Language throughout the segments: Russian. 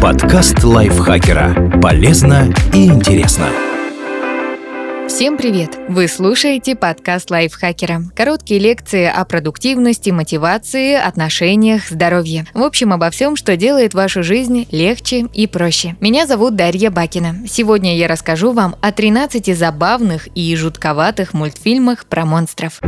Подкаст лайфхакера. Полезно и интересно. Всем привет! Вы слушаете подкаст лайфхакера. Короткие лекции о продуктивности, мотивации, отношениях, здоровье. В общем, обо всем, что делает вашу жизнь легче и проще. Меня зовут Дарья Бакина. Сегодня я расскажу вам о 13 забавных и жутковатых мультфильмах про монстров.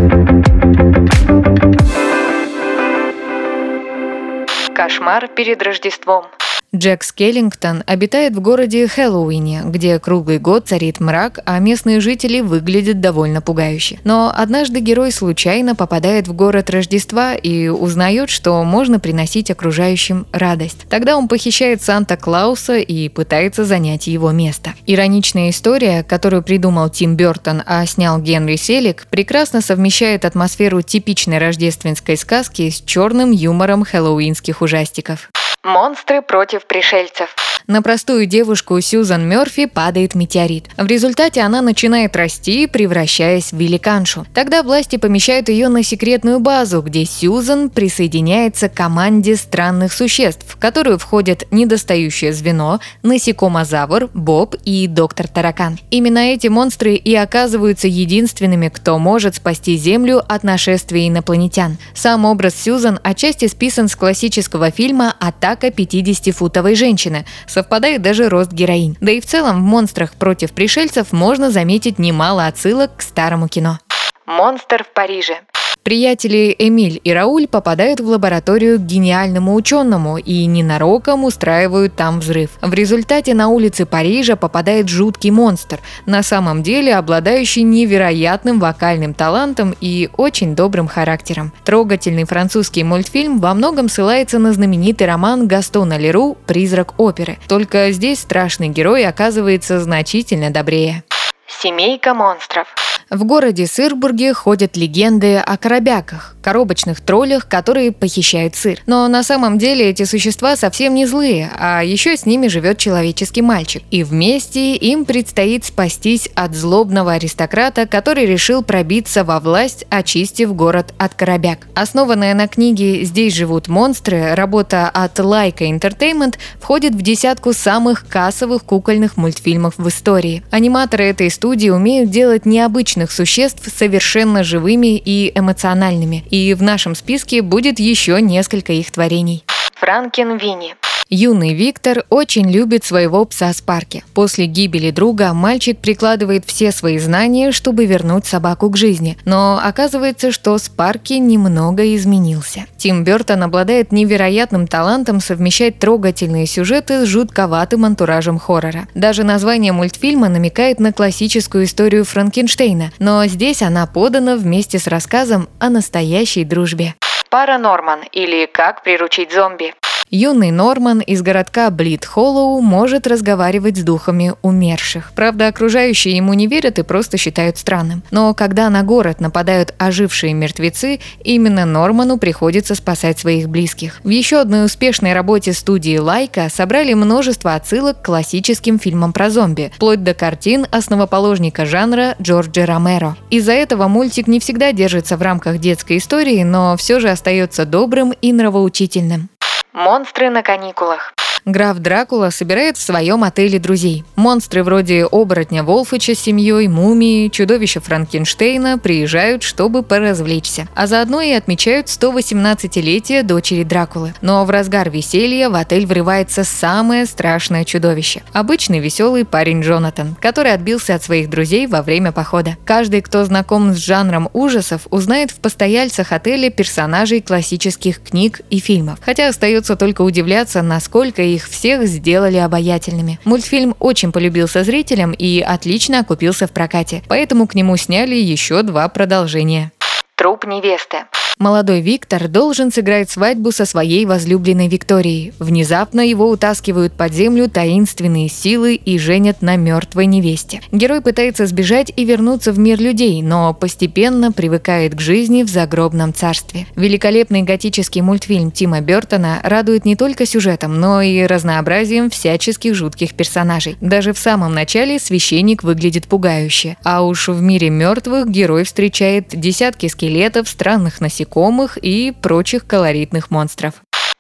Кошмар перед Рождеством. Джек Скеллингтон обитает в городе Хэллоуине, где круглый год царит мрак, а местные жители выглядят довольно пугающе. Но однажды герой случайно попадает в город Рождества и узнает, что можно приносить окружающим радость. Тогда он похищает Санта-Клауса и пытается занять его место. Ироничная история, которую придумал Тим Бёртон, а снял Генри Селик, прекрасно совмещает атмосферу типичной рождественской сказки с черным юмором хэллоуинских ужастиков. Монстры против пришельцев. На простую девушку Сьюзан Мёрфи падает метеорит. В результате она начинает расти, превращаясь в великаншу. Тогда власти помещают ее на секретную базу, где Сьюзан присоединяется к команде странных существ, в которую входят недостающее звено, насекомозавр, Боб и доктор Таракан. Именно эти монстры и оказываются единственными, кто может спасти Землю от нашествия инопланетян. Сам образ Сьюзан отчасти списан с классического фильма «Атака 50-футовой женщины». Совпадает даже рост героинь. Да и в целом в «Монстрах против пришельцев» можно заметить немало отсылок к старому кино. Монстр в Париже. Приятели Эмиль и Рауль попадают в лабораторию к гениальному ученому и ненароком устраивают там взрыв. В результате на улице Парижа попадает жуткий монстр, на самом деле обладающий невероятным вокальным талантом и очень добрым характером. Трогательный французский мультфильм во многом ссылается на знаменитый роман Гастона Леру «Призрак оперы». Только здесь страшный герой оказывается значительно добрее. Семейка монстров. В городе Сырбурге ходят легенды о коробяках, коробочных троллях, которые похищают сыр. Но на самом деле эти существа совсем не злые, а еще с ними живет человеческий мальчик. И вместе им предстоит спастись от злобного аристократа, который решил пробиться во власть, очистив город от коробяк. Основанная на книге «Здесь живут монстры», работа от Laika Entertainment входит в десятку самых кассовых кукольных мультфильмов в истории. Аниматоры этой студии умеют делать необычных существ совершенно живыми и эмоциональными. И в нашем списке будет еще несколько их творений. Франкенвини. Юный Виктор очень любит своего пса Спарки. После гибели друга мальчик прикладывает все свои знания, чтобы вернуть собаку к жизни. Но оказывается, что Спарки немного изменился. Тим Бёртон обладает невероятным талантом совмещать трогательные сюжеты с жутковатым антуражем хоррора. Даже название мультфильма намекает на классическую историю Франкенштейна, но здесь она подана вместе с рассказом о настоящей дружбе. Паранорман или «Как приручить зомби». Юный Норман из городка Блит-Холлоу может разговаривать с духами умерших. Правда, окружающие ему не верят и просто считают странным. Но когда на город нападают ожившие мертвецы, именно Норману приходится спасать своих близких. В еще одной успешной работе студии Laika собрали множество отсылок к классическим фильмам про зомби, вплоть до картин основоположника жанра Джорджа Ромеро. Из-за этого мультик не всегда держится в рамках детской истории, но все же остается добрым и нравоучительным. Монстры на каникулах. Граф Дракула собирает в своем отеле друзей. Монстры вроде оборотня Волфыча с семьей, мумии, чудовища Франкенштейна приезжают, чтобы поразвлечься. А заодно и отмечают 118-летие дочери Дракулы. Но в разгар веселья в отель врывается самое страшное чудовище. Обычный веселый парень Джонатан, который отбился от своих друзей во время похода. Каждый, кто знаком с жанром ужасов, узнает в постояльцах отеля персонажей классических книг и фильмов. Хотя остается только удивляться, насколько их всех сделали обаятельными. Мультфильм очень полюбился зрителям и отлично окупился в прокате, поэтому к нему сняли еще 2 продолжения. Труп невесты. Молодой Виктор должен сыграть свадьбу со своей возлюбленной Викторией. Внезапно его утаскивают под землю таинственные силы и женят на мертвой невесте. Герой пытается сбежать и вернуться в мир людей, но постепенно привыкает к жизни в загробном царстве. Великолепный готический мультфильм Тима Бёртона радует не только сюжетом, но и разнообразием всяческих жутких персонажей. Даже в самом начале священник выглядит пугающе, а уж в мире мертвых герой встречает десятки скелетов, странных насекомых и прочих колоритных монстров.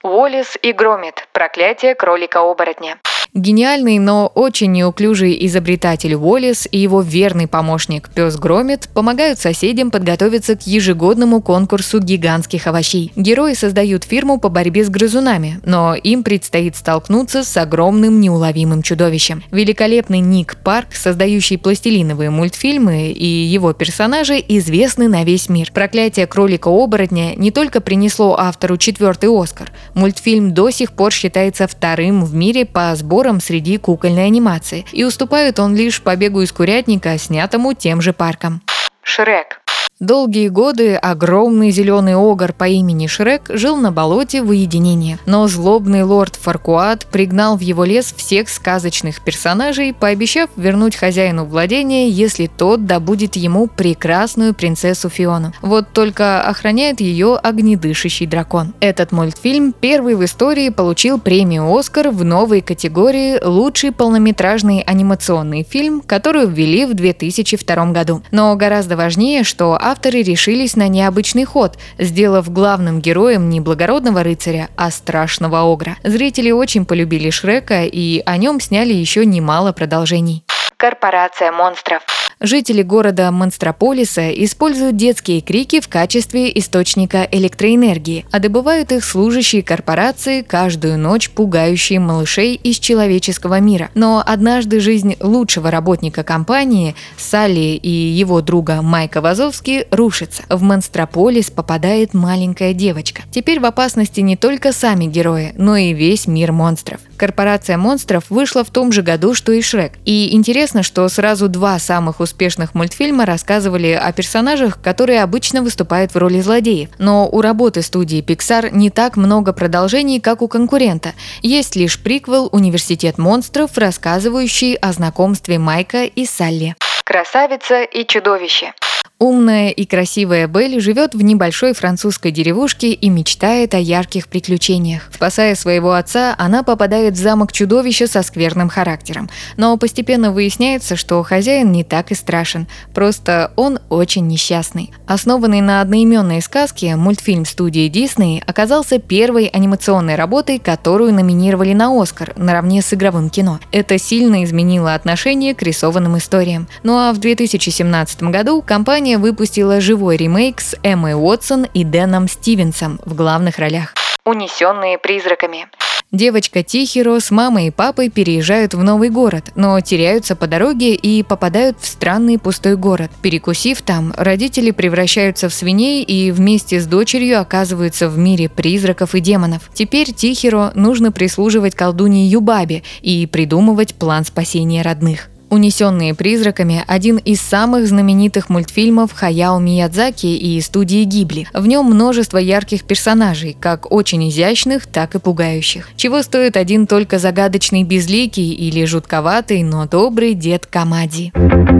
Уоллес и Громит. Проклятие кролика-оборотня. Гениальный, но очень неуклюжий изобретатель Уоллес и его верный помощник пес Громит помогают соседям подготовиться к ежегодному конкурсу гигантских овощей. Герои создают фирму по борьбе с грызунами, но им предстоит столкнуться с огромным неуловимым чудовищем. Великолепный Ник Парк, создающий пластилиновые мультфильмы, и его персонажи известны на весь мир. «Проклятие кролика-оборотня» не только принесло автору 4-й Оскар. Мультфильм до сих пор считается вторым в мире по сборам среди кукольной анимации, и уступает он лишь «Побегу из курятника», снятому тем же Парком. Шрек. Долгие годы огромный зеленый огр по имени Шрек жил на болоте в уединении. Но злобный лорд Фаркуат пригнал в его лес всех сказочных персонажей, пообещав вернуть хозяину владения, если тот добудет ему прекрасную принцессу Фиону. Вот только охраняет ее огнедышащий дракон. Этот мультфильм первый в истории получил премию «Оскар» в новой категории «Лучший полнометражный анимационный фильм», которую ввели в 2002 году. Но гораздо важнее, что авторы решились на необычный ход, сделав главным героем не благородного рыцаря, а страшного огра. Зрители очень полюбили Шрека, и о нем сняли еще немало продолжений. Корпорация монстров. Жители города Монстрополиса используют детские крики в качестве источника электроэнергии, а добывают их служащие корпорации, каждую ночь пугающие малышей из человеческого мира. Но однажды жизнь лучшего работника компании, Салли, и его друга Майка Вазовски рушится. В Монстрополис попадает маленькая девочка. Теперь в опасности не только сами герои, но и весь мир монстров. Корпорация монстров вышла в том же году, что и Шрек. И интересно, что сразу два самых успешных мультфильма рассказывали о персонажах, которые обычно выступают в роли злодеев. Но у работы студии Pixar не так много продолжений, как у конкурента. Есть лишь приквел «Университет монстров», рассказывающий о знакомстве Майка и Салли. Красавица и чудовище. Умная и красивая Белль живет в небольшой французской деревушке и мечтает о ярких приключениях. Спасая своего отца, она попадает в замок чудовища со скверным характером. Но постепенно выясняется, что хозяин не так и страшен, просто он очень несчастный. Основанный на одноименной сказке, мультфильм студии Disney оказался первой анимационной работой, которую номинировали на Оскар наравне с игровым кино. Это сильно изменило отношение к рисованным историям. Ну а в 2017 году компания выпустила живой ремейк с Эммой Уотсон и Дэном Стивенсом в главных ролях. Унесенные призраками. Девочка Тихиро с мамой и папой переезжают в новый город, но теряются по дороге и попадают в странный пустой город. Перекусив там, родители превращаются в свиней и вместе с дочерью оказываются в мире призраков и демонов. Теперь Тихиро нужно прислуживать колдунье Юбабе и придумывать план спасения родных. «Унесенные призраками» – один из самых знаменитых мультфильмов Хаяо Миядзаки и студии Гибли. В нем множество ярких персонажей, как очень изящных, так и пугающих. Чего стоит один только загадочный безликий или жутковатый, но добрый дед Камади.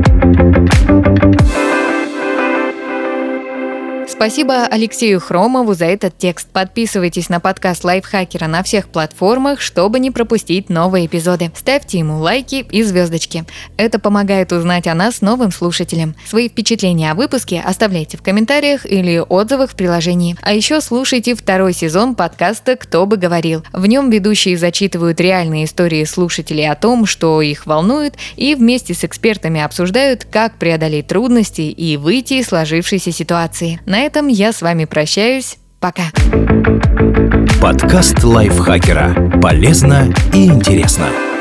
Спасибо Алексею Хромову за этот текст. Подписывайтесь на подкаст Лайфхакера на всех платформах, чтобы не пропустить новые эпизоды. Ставьте ему лайки и звездочки. Это помогает узнать о нас новым слушателям. Свои впечатления о выпуске оставляйте в комментариях или отзывах в приложении. А еще слушайте 2-й сезон подкаста «Кто бы говорил». В нем ведущие зачитывают реальные истории слушателей о том, что их волнует, и вместе с экспертами обсуждают, как преодолеть трудности и выйти из сложившейся ситуации. На этом я с вами прощаюсь. Пока. Подкаст Лайфхакера. Полезно и интересно.